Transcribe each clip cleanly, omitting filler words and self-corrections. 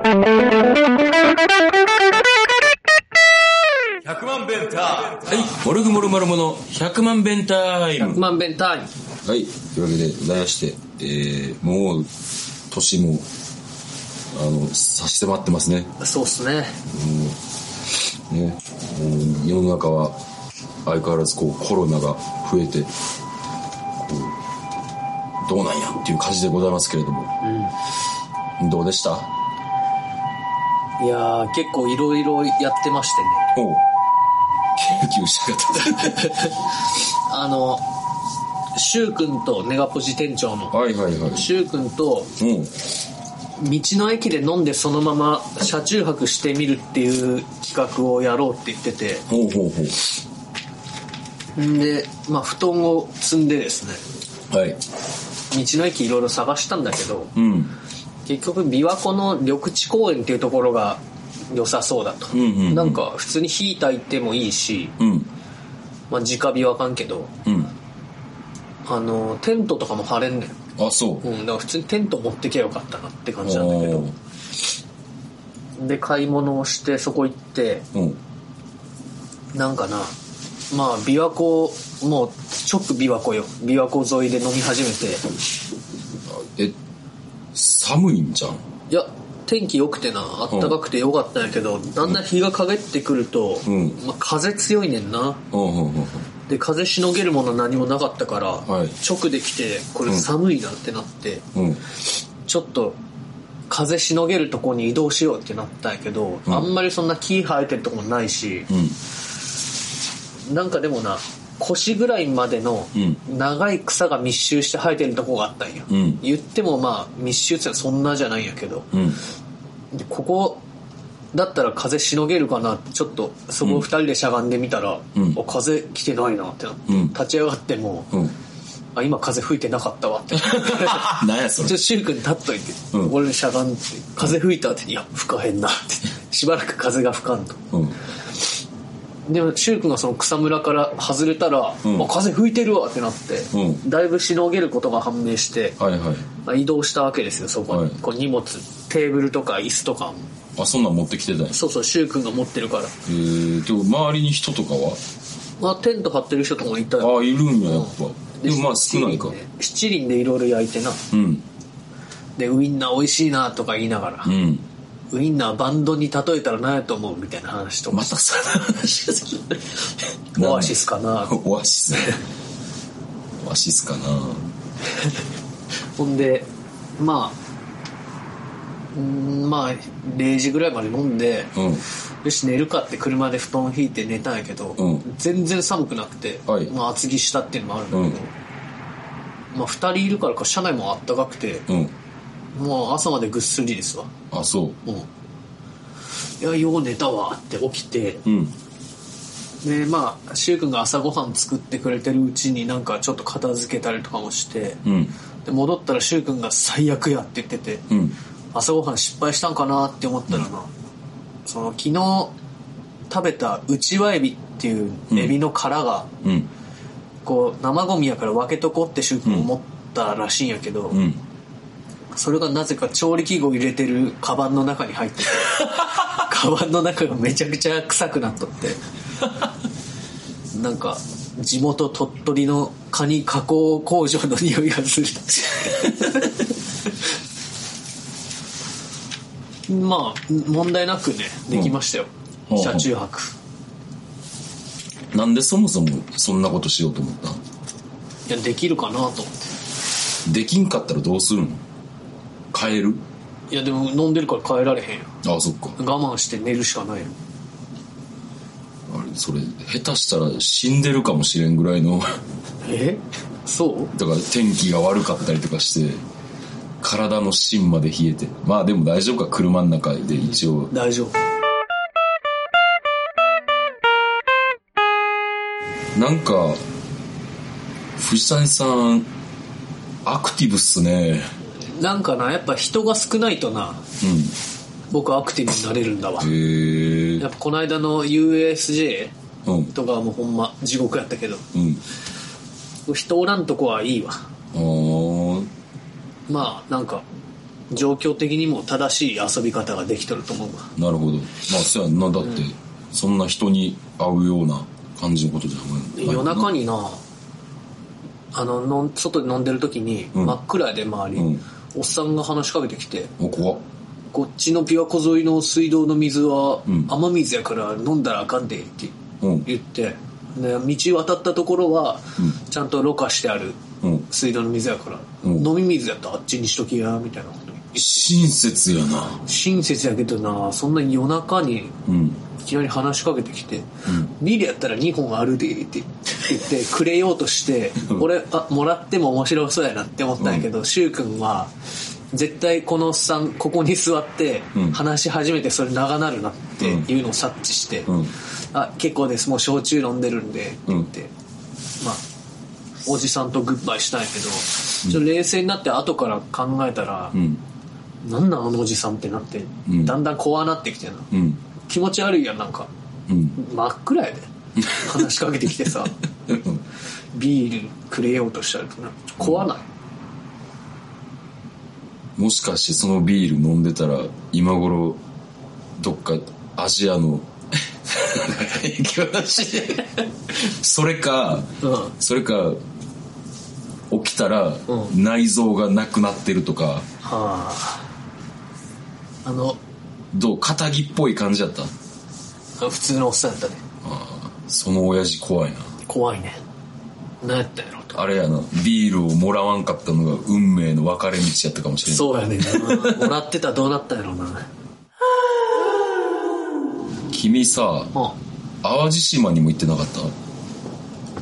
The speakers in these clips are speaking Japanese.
100万弁タイム。はい、モルグモルマルモの100万弁タイム。 100万弁タイム。 はい、というわけでございまして、もう年も差し迫ってますね。 そうっすね。 もう世の中は相変わらずこうコロナが増えてこうどうなんやっていう感じでございますけれども、どうでした？ いやー、結構いろいろやってましてね。 おう、救急車が立ってシュウ君とネガポジ店長の、 はいはいはい、 シュウ君と道の駅で飲んでそのまま車中泊してみるっていう企画をやろうって言ってて、 ほうほうほうで、まあ布団を積んでですう、はい、 ね、道の駅いろいろ探したんだけど、結局琵琶湖の緑地公園っていうところが良さそうだと、なんか普通に火焚いてもいいし、まあ直火はあかんけど、テントとかも張れんねん。 あ、そう。 だから普通にテント持ってきゃよかったなって感じなんだけど、で買い物をしてそこ行って、なんかな、まあ琵琶湖、もう直琵琶湖よ、琵琶湖沿いで飲み始めて、 寒いんじゃん。 いや天気良くてな、あったかくて良かったんやけど、だんだん日が陰ってくると、まあ、風強いねんな、で風しのげるもの何もなかったから、直で来てこれ寒いなってなって、ちょっと風しのげるとこに移動しようってなったんやけど、あんまりそんな木生えてるとこもないし、なんかでもな、腰ぐらいまでの長い草が密集して生えてるとこがあったんよ、言ってもまあ密集ってそんなじゃないんやけど、でここだったら風しのげるかなって、ちょっとそこを2人でしゃがんでみたら、風来てないなってなって、立ち上がっても、あ、今風吹いてなかったわって何やそれ。 ちょっとシュウ君立っといて、俺にしゃがんで風吹いたって、いや吹かへんなってしばらく風が吹かんと、でもシュウ君がその草むらから外れたら、あ、風吹いてるわってなって、だいぶしのげることが判明して、まあ、移動したわけですよ。そこに、こう荷物、テーブルとか椅子とかも、 あ、そんなん持ってきてたんや。 そうそう、シュウ君が持ってるから。 でも周りに人とかは、 まあ、テント張ってる人とかもいたよ。 あ、いるんややっぱ、でもまあ少ないか。 七輪でいろいろ焼いてな、でウインナー美味しいなとか言いながら、ウインナーバンドに例えたら何やと思うみたいな話とか。 またそんな話がするオアシスかなオアシスオアシスかなほんでまあ0時ぐらいまで飲んで、よし寝るかって車で布団引いて寝たんやけど、全然寒くなくて、まあ、厚着したっていうのもあるんだけど、まあ、2人いるからか車内もあったかくて、もう朝までぐっすりですわ。 あ、そう。 いや、よう寝たわって起きて、でまあシュウ君が朝ごはん作ってくれてるうちになんかちょっと片付けたりとかもして、で戻ったらシュウ君が最悪やって言ってて、朝ごはん失敗したんかなって思ったらな、その昨日食べたウチワエビっていうエビの殻が、こう生ゴミやから分けとこうってシュウ君思ったらしいんやけど、それがなぜか調理器具を入れてるカバンの中に入っててカバンの中がめちゃくちゃ臭くなっとってなんか地元鳥取のカニ加工工場の匂いがするまあ問題なくねできましたよ、車中泊。 なんでそもそもそんなことしようと思ったの？いや、できるかなと思って。 できんかったらどうするの？帰る？ いやでも飲んでるから帰られへんよ。 あ、そっか。 我慢して寝るしかないよ。 あれ、それ下手したら死んでるかもしれんぐらいのそうだから天気が悪かったりとかして体の芯まで冷えて、まあでも大丈夫か、車の中で一応、 大丈夫。 なんか藤谷さんアクティブっすね。 なんかな、やっぱ人が少ないとな、僕アクティブになれるんだわ。やっぱこの間の USJ とかはもうほんま地獄やったけど、人おらんとこはいいわ。まあなんか状況的にも正しい遊び方ができとると思うわ。 なるほど。まあそうやんな。だってそんな人に会うような感じのことじゃない。 夜中にな、外で飲んでる時に、真っ暗で周り、おっさんが話しかけてきて、 怖っ。 こっちの琵琶湖沿いの水道の水は雨水やから飲んだらあかんでって言って、で道渡ったところはちゃんとろ過してある水道の水やから、飲み水やったらあっちにしときやみたいなこと言って。 親切やな。 親切やけどな、そんな夜中にいきなり話しかけてきて、ビールやったら2本あるでって言ってくれようとして俺もらっても面白そうやなって思ったんやけど、シュウ君は絶対このおっさんここに座って話し始めてそれ長なるなっていうのを察知して、あ、結構です、もう焼酎飲んでるんでって言って、まあおじさんとグッバイしたんやけど、ちょっと冷静になって後から考えたら、なんなんあのおじさんってなって、だんだん怖なってきてな、気持ち悪いやん、なんか、真っ暗やで話しかけてきてさビールくれようとしたら怖ない？ もしかしてそのビール飲んでたら今頃どっかアジアのそれか起きたら内臓がなくなってるとか、どう肩着っぽい感じだった？ 普通のおっさんやったね。 その親父怖いな。 怖いね。何やったんやろと。 あれやな、ビールをもらわんかったのが運命の分かれ道やったかもしれない。 そうやねんな。もらってたらどうなったんやろうな。 君さ、淡路島にも行ってなかった？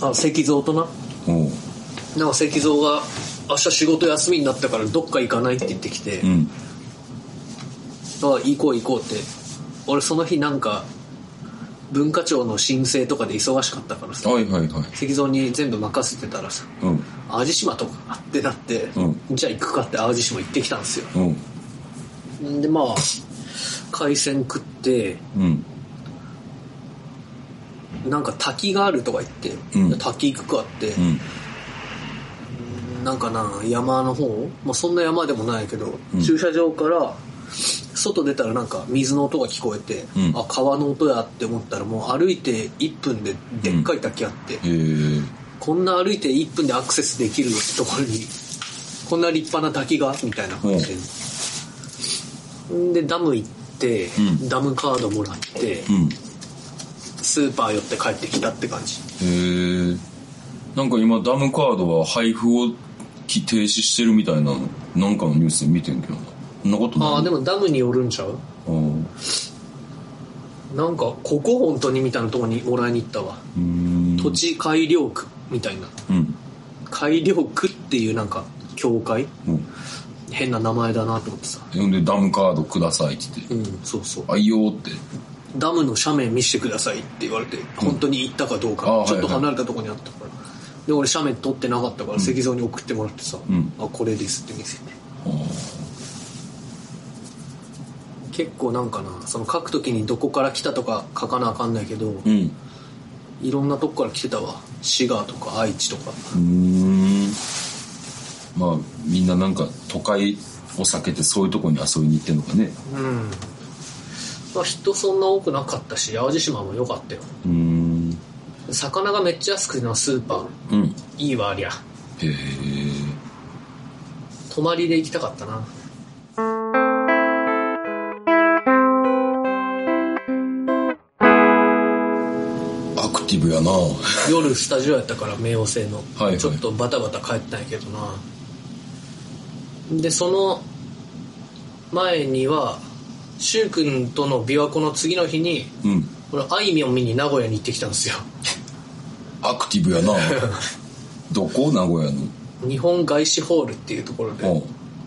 石像とな。なんか石像が明日仕事休みになったからどっか行かないって言ってきて、行こう行こうって。俺その日なんか文化庁の申請とかで忙しかったからさ、石像に全部任せてたらさ、淡路島とかってなって、じゃあ行くかって淡路島行ってきたんですよ。でまあ海鮮食って、なんか滝があるとか言って、滝行くかって、なんかな、山の方、まあ、そんな山でもないけど、駐車場から外出たらなんか水の音が聞こえて、あ、川の音やって思ったらもう歩いて1分ででっかい滝あって、こんな歩いて1分でアクセスできるところにこんな立派な滝がみたいな感じで、ダム行って、ダムカードもらって、スーパー寄って帰ってきたって感じ。 なんか今ダムカードは配布を停止してるみたいななんかのニュースで見てんけどな。そんなことない？ でもダムによるんちゃう？なんかここ本当にみたいなところにもらいに行ったわ。土地改良区みたいな、改良区っていうなんか教会、変な名前だなと思ってさ。 でダムカードくださいって言って、 そうそう、 あいよってダムの斜面見せてくださいって言われて、本当に行ったかどうか、ちょっと離れたところにあったから、で俺斜面取ってなかったから石像に送ってもらってさ、あ、これですって見せて、結構なんかな、その書くときにどこから来たとか書かなあかんないけど、いろんなとこから来てたわ。滋賀とか愛知とか。 まあみんななんか都会を避けてそういうとこに遊びに行ってんのかね。 まあ人そんな多くなかったし、淡路島も良かったよ。魚がめっちゃ安くてな、スーパー、いいわありゃ。泊まりで行きたかったな。 アクティブやな。 夜スタジオやったから、冥王星の、ちょっとバタバタ帰ったんやけどな。でその前にはシュウ君との琵琶湖の次の日に、俺あいみょん見に名古屋に行ってきたんですよ。 アクティブやな。どこ？名古屋の日本外資ホールっていうところで、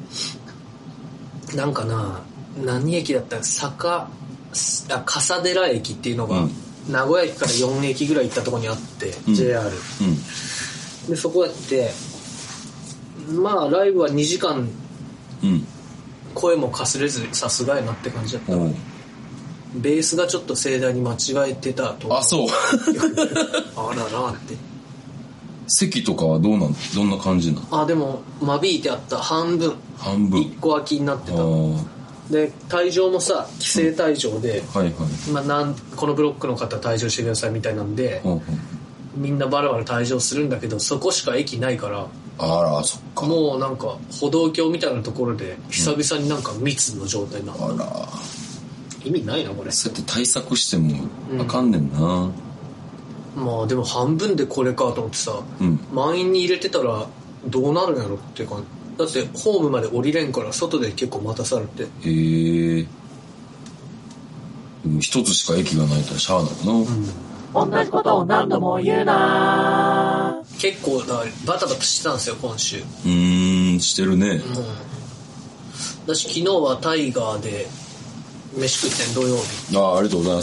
なんかな、何駅だったか、笠寺駅っていうのが、名古屋駅から4駅ぐらい行ったところにあって、JR、でそこやって、まあライブは2時間、声もかすれずさすがやなって感じだった。ベースがちょっと盛大に間違えてたと。 あ、そう。 あららって。 席とかはどんな感じなの？ でも間引いてあった。半分1個空きになってた。で退場もさ規制退場で、 はいはい、 このブロックの方退場してくださいみたいなんで、みんなバラバラ退場するんだけど、そこしか駅ないから、 あらそっか、 もうなんか歩道橋みたいなところで久々になんか密の状態になった、 あら意味ないなこれ。 そうやって対策してもあかんねんな、 まあでも半分でこれかと思ってさ、満員に入れてたらどうなるんやろっていう感じだって。ホームまで降りれんから外で結構待たされて。 でも一つしか駅がないからしゃあないな、 同じことを何度も言うな。 結構だからバタバタしてたんですよ今週。 してるね、 だし昨日はタイガーで飯食ってん土曜日。 ありがとうございます。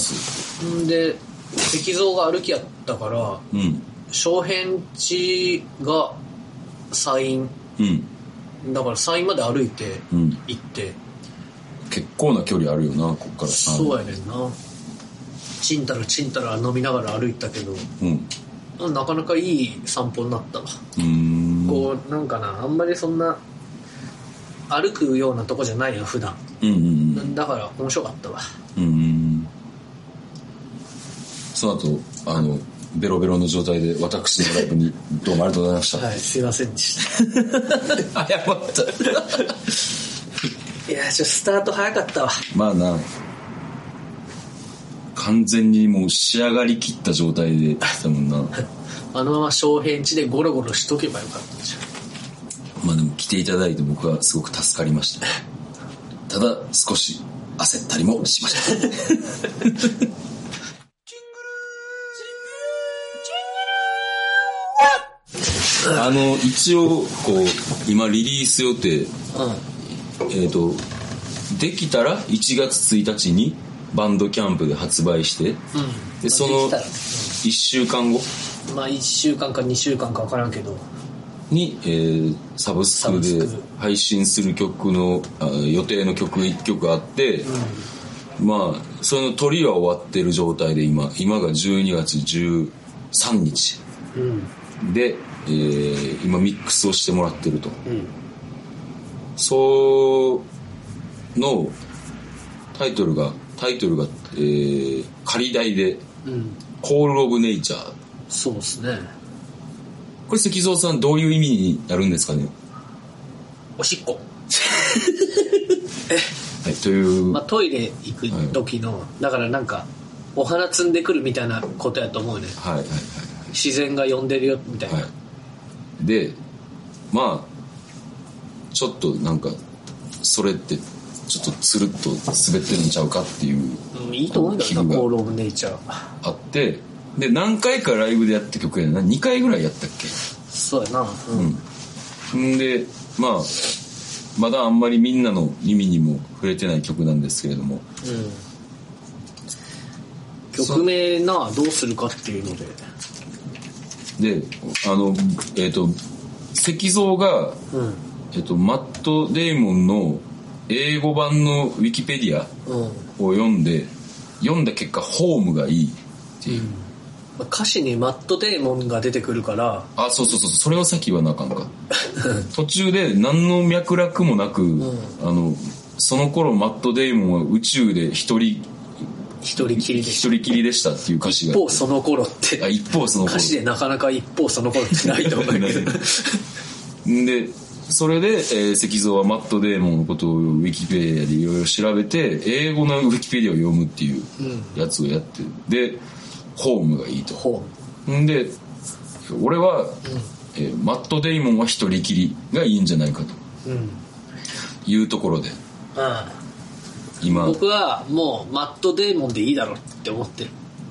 で石像が歩きやったから、小偏地が山陰、だから山陰まで歩いて行って、 結構な距離あるよなこっから。 そうやねんな。ちんたら飲みながら歩いたけど、なかなかいい散歩になったわ。こうなんかな、あんまりそんな歩くようなとこじゃないや普段、だから面白かったわ。 その後ベロベロの状態で私のライブにどうもありがとうございましたはい、すいませんでした謝ったいやスタート早かったわ。 まあな、完全にもう仕上がりきった状態でしたもんなあのまま小偏地でゴロゴロしとけばよかったじゃん。 まあでも来ていただいて僕はすごく助かりましたただ少し焦ったりもしました一応こう今リリース予定、できたら1月1日にバンドキャンプで発売して、でその1週間後、 1週間か2週間か分からんけどに、サブスクで配信する曲の予定の曲1曲あって、まあその撮りは終わってる状態で今が12月13日、で、今ミックスをしてもらってると、そのタイトルが、仮題で、コールオブネイチャー。 そうですね。 これ石像さんどういう意味になるんですかね？ おしっこはい、という、 トイレ行く時の、だからなんかお花摘んでくるみたいなことやと思うね。自然が呼んでるよみたいな、 でまあちょっとなんかそれってちょっとつるっと滑ってるんちゃうかっていう、 いいと思うんだよな、コールオブネイチャーあって、で何回かライブでやった曲やな。2回ぐらいやったっけ？ そうやな。 でまあまだあんまりみんなの耳にも触れてない曲なんですけれども、 曲名などうするかっていうので石像が、マット・デイモンの英語版のウィキペディアを読んだ結果ホームがいいっていう、 歌詞にマット・デイモンが出てくるから、 そうそれをさっき言わなあかんか途中で何の脈絡もなく、その頃マット・デイモンは宇宙で一人きりでしたっていう歌詞が、 一方その頃って一方その頃歌詞でなかなか一方その頃ってないと思うけどでそれで、石像はマット・デーモンのことをウィキペディアでいろいろ調べて英語のウィキペディアを読むっていうやつをやってでホームがいいと。で俺は、マット・デーモンは一人きりがいいんじゃないかというところで、今僕はもうマット・デーモンでいいだろうって思ってる。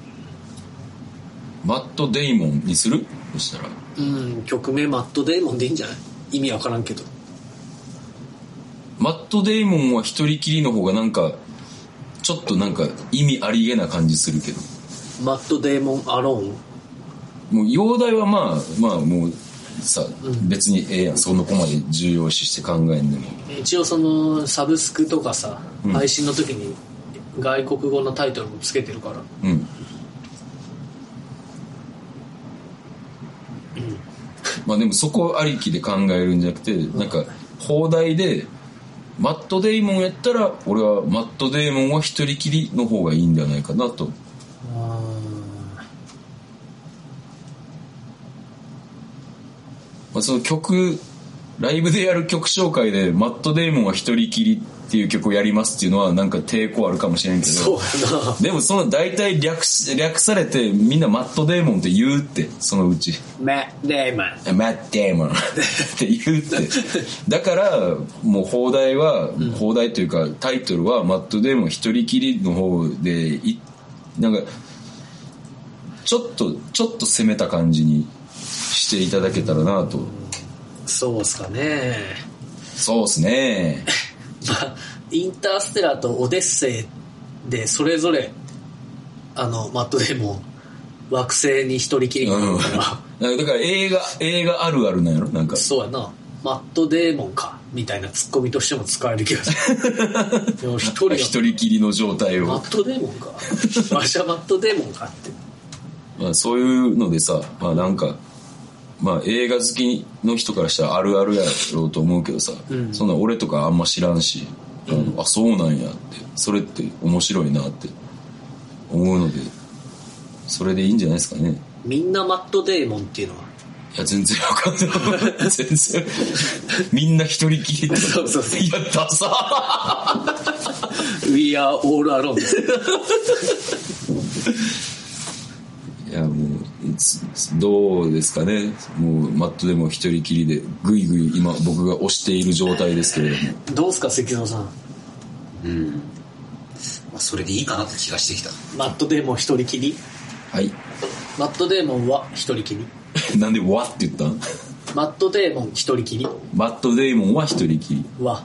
マット・デーモンにする？そしたら曲名マット・デーモンでいいんじゃない？意味わからんけど。 マット・デイモンは一人きりの方がなんかちょっとなんか意味ありげな感じするけど、 マット・デイモン・アローン、 もう容体はまあもうさ、別にやん、その子まで重要視して考えんでも。 一応そのサブスクとかさ、配信の時に外国語のタイトルもつけてるから、 まあでもそこありきで考えるんじゃなくて、なんか放題でマットデイモンやったら俺はマットデイモンは一人きりの方がいいんじゃないかなと。まあ、その曲ライブでやる曲紹介でマットデイモンは一人きりっていう曲をやりますっていうのはなんか抵抗あるかもしれんけど、 そうやな。 でもその大体略されてみんなマットデイモンって言うって、そのうちマットデイモンマットデイモンって言うってだからもう放題というかタイトルはマットデイモン一人きりの方でなんかちょっと攻めた感じにしていただけたらなと。 そうっすかね。 そうっすね。 まあインターステラーとオデッセイでそれぞれマットデイモン惑星に一人きりになるから、 だから映画あるあるなんやろなんか。 そうやな。マットデーモンかみたいなツッコミとしても使える気がする。でも一人きりの状態をマットデーモンかわしはマットデーモンかって、 まあ、そういうのでさ、まあなんかまあ映画好きの人からしたらあるあるやろうと思うけどさ、そんな俺とかあんま知らんし、あそうなんやって、それって面白いなって思うので、それでいいんじゃないですかね。 みんなマットデーモンっていうのは、 いや全然わかんない全然みんな一人きりってそういやダサ We are all alone いやもうどうですかね。もうマットでも一人きりでぐいぐい今僕が押している状態ですけれども、 どうすか関野さん。 まあ、それでいいかなって気がしてきた。 マットデーモン一人きり。 はい。 マットデーモンは一人きりなんでわって言ったん。 マットデーモン一人きり。 マットデーモンは一人きりは、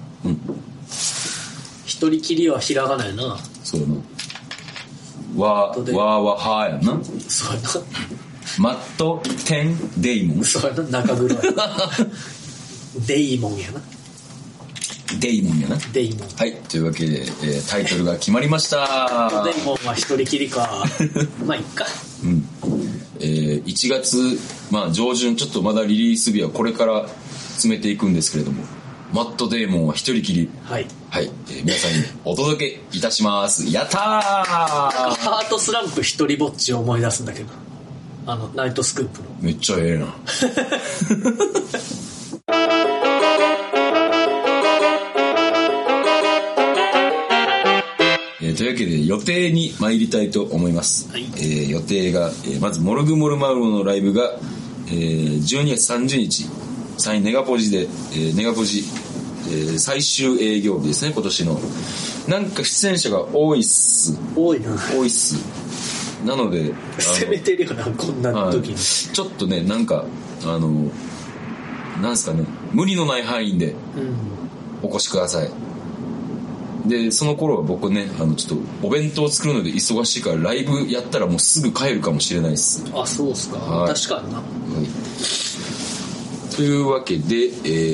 一人きりはひらがなやな。 そうやな。わははやな。 そうやな。 マットテンデイモン。 そうやな、中黒やなデイモンやな。 デイモンやな。 デイモン。 はい、というわけで、タイトルが決まりました。 デイモンは一人きりかまあいっか。 1月、まあ、上旬、ちょっとまだリリース日はこれから詰めていくんですけれども、マットデーモンは一人きり、はい、皆さんにお届けいたします。やったー。 ハートスランプ一人ぼっちを思い出すんだけど、ナイトスクープのめっちゃええなというわけで予定に参りたいと思います、はい。予定が、まずモルグモルマルモのライブが、12月30日3位ネガポジで、ネガポジ、最終営業日ですね今年の。なんか出演者が多いっす。 多いっす。 なので攻めてるよなこんな時に。 ちょっとねなんかなんすかね、無理のない範囲でお越しください。でその頃は僕ねちょっとお弁当を作るので忙しいからライブやったらもうすぐ帰るかもしれないです。 あ、そうっすか。 はい、 確かにな、はい。 というわけで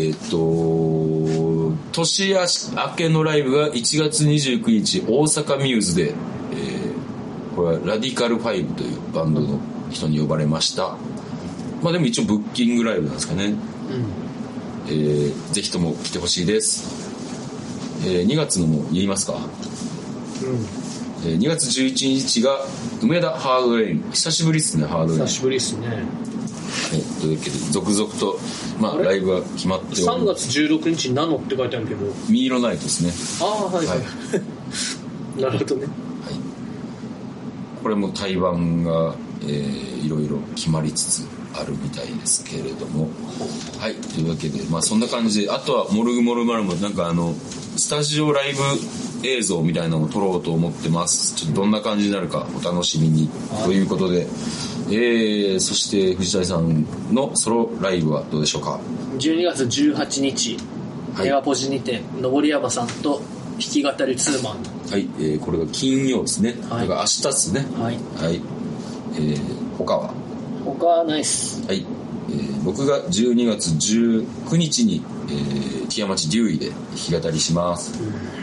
年明けのライブが1月29日大阪ミューズで、これはラディカル5というバンドの人に呼ばれました。まあでも一応ブッキングライブなんですかね。ぜひとも来てほしいです。2月のも言いますか。2月11日が梅田ハードレイン。久しぶりですね。ハードレイン久しぶりですね。 というわけで続々と、まあ、ライブが決まっており 3月16日ナノって書いてあるけどミイロナイトですね。 ああはい、はい、なるほどね、はい。 これも対バンが、いろいろ決まりつつあるみたいですけれども、はい、というわけで、まあ、そんな感じで、あとはモルグモルマルもなんかスタジオライブ映像みたいなのを撮ろうと思ってます。ちょっとどんな感じになるかお楽しみにということで、そして藤谷さんのソロライブはどうでしょうか。 12月18日、ネガポジにて登山さんと弾き語りツーマン。 はい、これが金曜ですね、はい、だから明日ですね。 はい、 はい。他はないっす。 はい。僕が12月19日に、木屋町デューイで弾き語りします。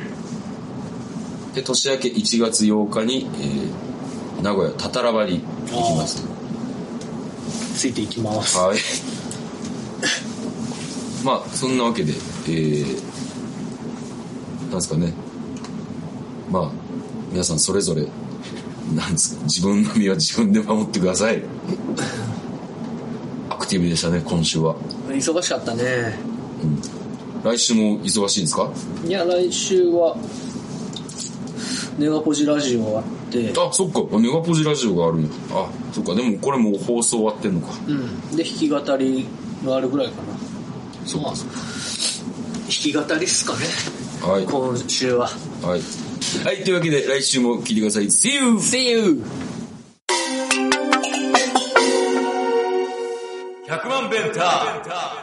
で年明け1月8日に、名古屋タタラバに行きます。 ついていきます。 はい。 まあそんなわけでなんですかね、まあ皆さんそれぞれなんですか、自分の身は自分で守ってください。アクティブでしたね今週は。 忙しかったね。 来週も忙しいですか？ いや、来週はネガポジラジオあって、 あ、そっか、ネガポジラジオがあるんや。あ、そっか、でもこれもう放送終わってんのか。 で弾き語りがあるぐらいかな。 そうか、そうか。 弾き語りっすかね。 はい。 今週は。 はい。はい、というわけで来週も聞いてください。See you! See you! 100万ベンター